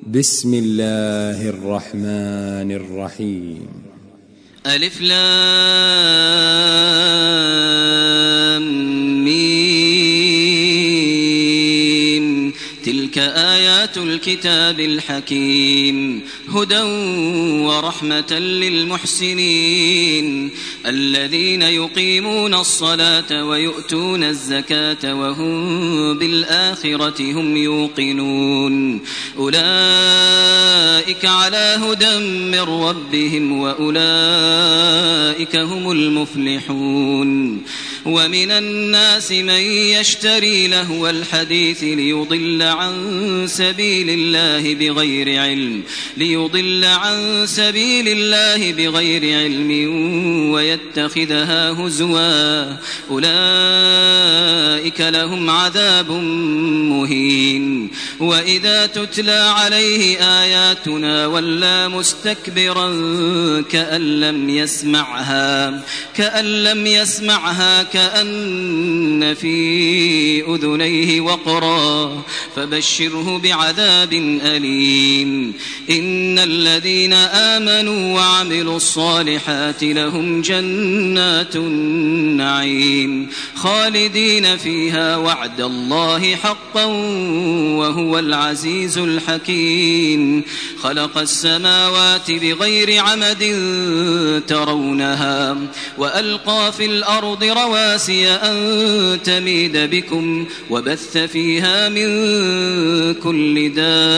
بسم الله الرحمن الرحيم. ألف لام ميم. تلك آيات الكتاب الحكيم هدى ورحمة للمحسنين الذين يقيمون الصلاة ويؤتون الزكاة وهم بالآخرة هم يوقنون أولئك على هدى من ربهم وأولئك هم المفلحون. ومن الناس من يشتري لهو الحديث ليضل عن سبيل الله بغير علم ويتخذها هزوا أولئك لهم عذاب مهين. وإذا تتلى عليه آياتنا ولى مستكبرا كأن لم يسمعها كأن في أذنيه وقرا فبشره بعذاب أليم. إن الذين آمنوا وعملوا الصالحات لهم جنات النعيم خالدين فيها وعد الله حقا وهو العزيز الحكيم. خلق السماوات بغير عمد ترونها وألقى في الأرض رواسي أن تميد بكم وبث فيها من كل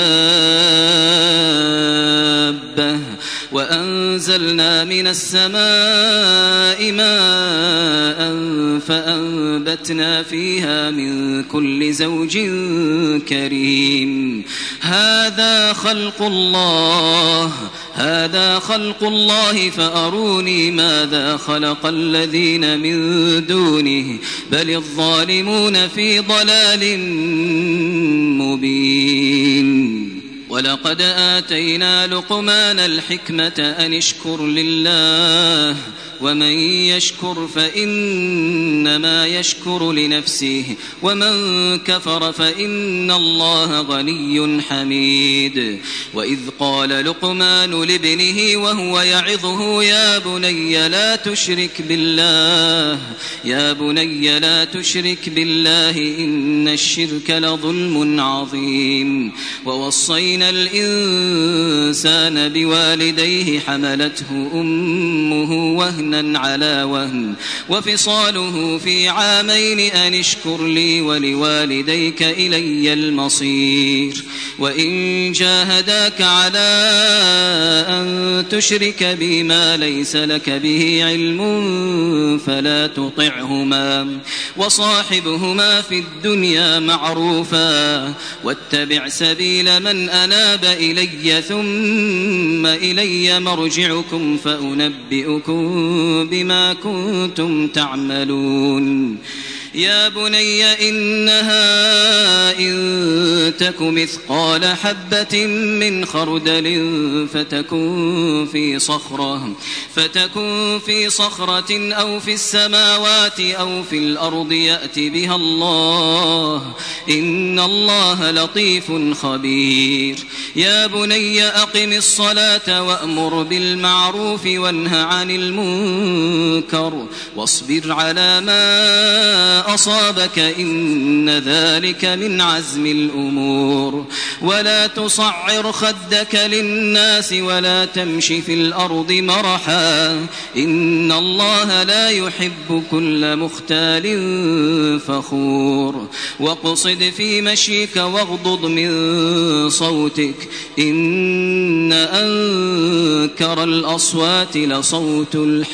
دابة وأنزلنا من السماء ماء فأنبتنا فيها من كل زوج كريم. هذا خلق الله فأروني ماذا خلق الذين من دونه بل الظالمون في ضلال مبين. ولقد آتينا لقمان الحكمة أن اشكر لله ومن يشكر فإنما يشكر لنفسه ومن كفر فإن الله غني حميد. وإذ قال لقمان لابنه وهو يعظه يا بني لا تشرك بالله إن الشرك لظلم عظيم. ووصينا الإنسان بوالديه حملته أمه وهنا على وهن وفصاله في عامين أن اشكر لي ولوالديك إلي المصير. وإن جاهداك على أن تشرك بي ما ليس لك به علم فلا تطعهما وصاحبهما في الدنيا معروفا واتبع سبيل من أناب إلي ثم إلي مرجعكم فأنبئكم بما كنتم تعملون. يا بني إنها إن تك مثقال حبة من خردل فتكن في صخرة أو في السماوات أو في الأرض يأت بها الله إن الله لطيف خبير. يا بني أقم الصلاة وأمر بالمعروف وانه عن المنكر واصبر على ما أصابك إن ذلك من عزم الأمور. ولا تصعر خدك للناس ولا تمش في الأرض مرحا إن الله لا يحب كل مختال فخور. واقصد في مشيك واغضض من صوتك إن أنكر الأصوات لصوت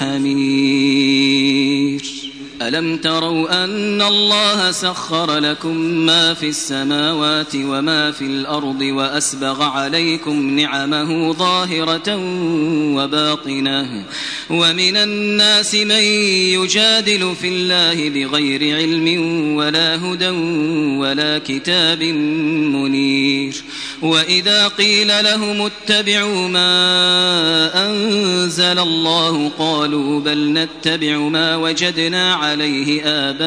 الحمير. ألم تروا أن الله سخر لكم ما في السماوات وما في الأرض وأسبغ عليكم نعمه ظاهرة وباطنة ومن الناس من يجادل في الله بغير علم ولا هدى ولا كتاب منير. وإذا قيل لهم اتبعوا ما أنزل الله قالوا بل نتبع ما وجدنا عليه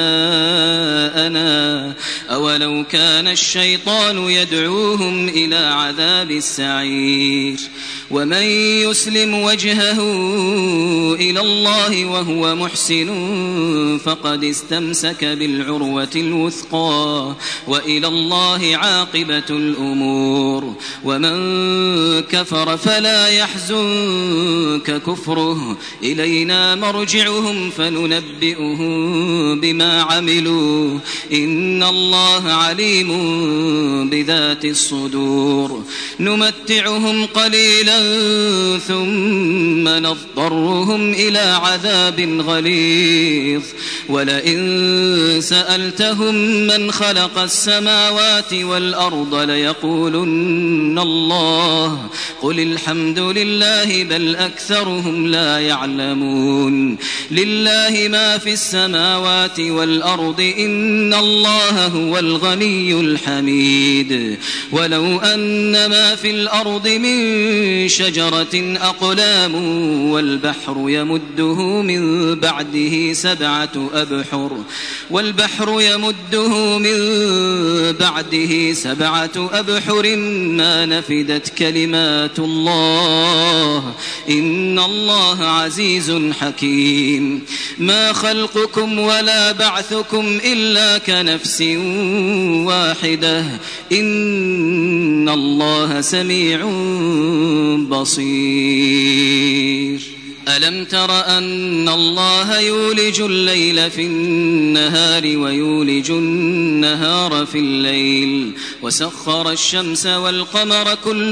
آباءنا أولو كان الشيطان يدعوهم إلى عذاب السعير ومن يسلم وجهه إلى الله وهو محسن فقد استمسك بالعروة الوثقى وإلى الله عاقبة الأمور ومن كفر فلا يحزنك كفره إلينا مرجعهم فننبئهم بما عملوا إن الله عليم بذات الصدور نمتعهم قليلا ثم نضطرهم إلى عذاب غليظ ولئن سألتهم من خلق السماوات والأرض ليقولن الله قل الحمد لله بل أكثرهم لا يعلمون لله ما في السماوات والأرض إن الله هو الغني الحميد ولو أن ما في الأرض من شجرة أقلام والبحر يمده من بعده سبعة أبحر ما نفدت كلمات الله إن الله عزيز حكيم ما خلقكم ولا بعثكم إلا كنفس واحدة إن الله سميع بصير ألم تر أن الله يولج الليل في النهار ويولج النهار في الليل وسخر الشمس والقمر كل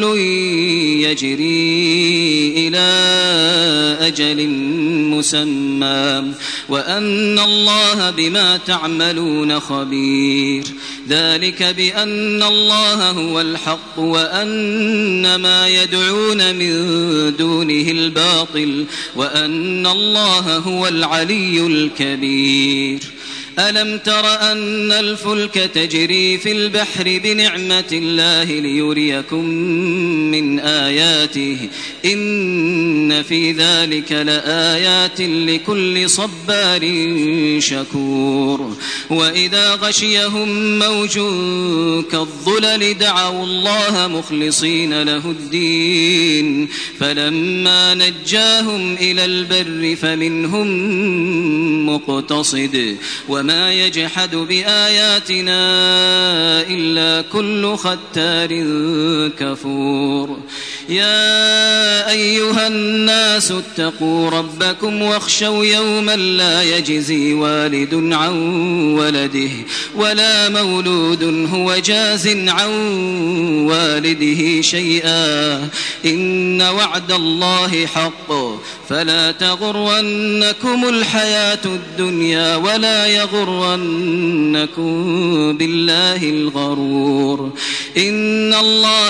يجري إلى أجل مسمى وأن الله بما تعملون خبير ذلك بأن الله هو الحق وأن ما يدعون من دونه الباطل وأن الله هو العلي الكبير ألم تر أن الفلك تجري في البحر بنعمة الله ليريكم من آياته إن في ذلك لآيات لكل صبار شكور وإذا غشيهم موج كالظلل دعوا الله مخلصين له الدين فلما نجاهم إلى البر فمنهم مقتصد وما يجحد بآياتنا إلا كل ختار كفور يا أيها الناس اتقوا ربكم واخشوا يوما لا يجزي والد عن ولده ولا مولود هو جاز عن والده شيئا إن وعد الله حق فلا تغرنكم الحياة الدنيا ولا يغرنكم بالله الغرور إن الله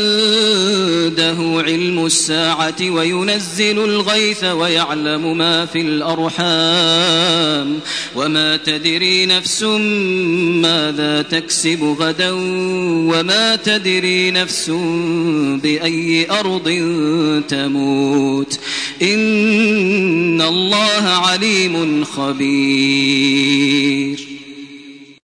عنده علم الساعة وينزل الغيث ويعلم ما في الأرحام وما تدري نفس ماذا تكسب غدا وما تدري نفس بأي أرض تموت إن الله عليم خبير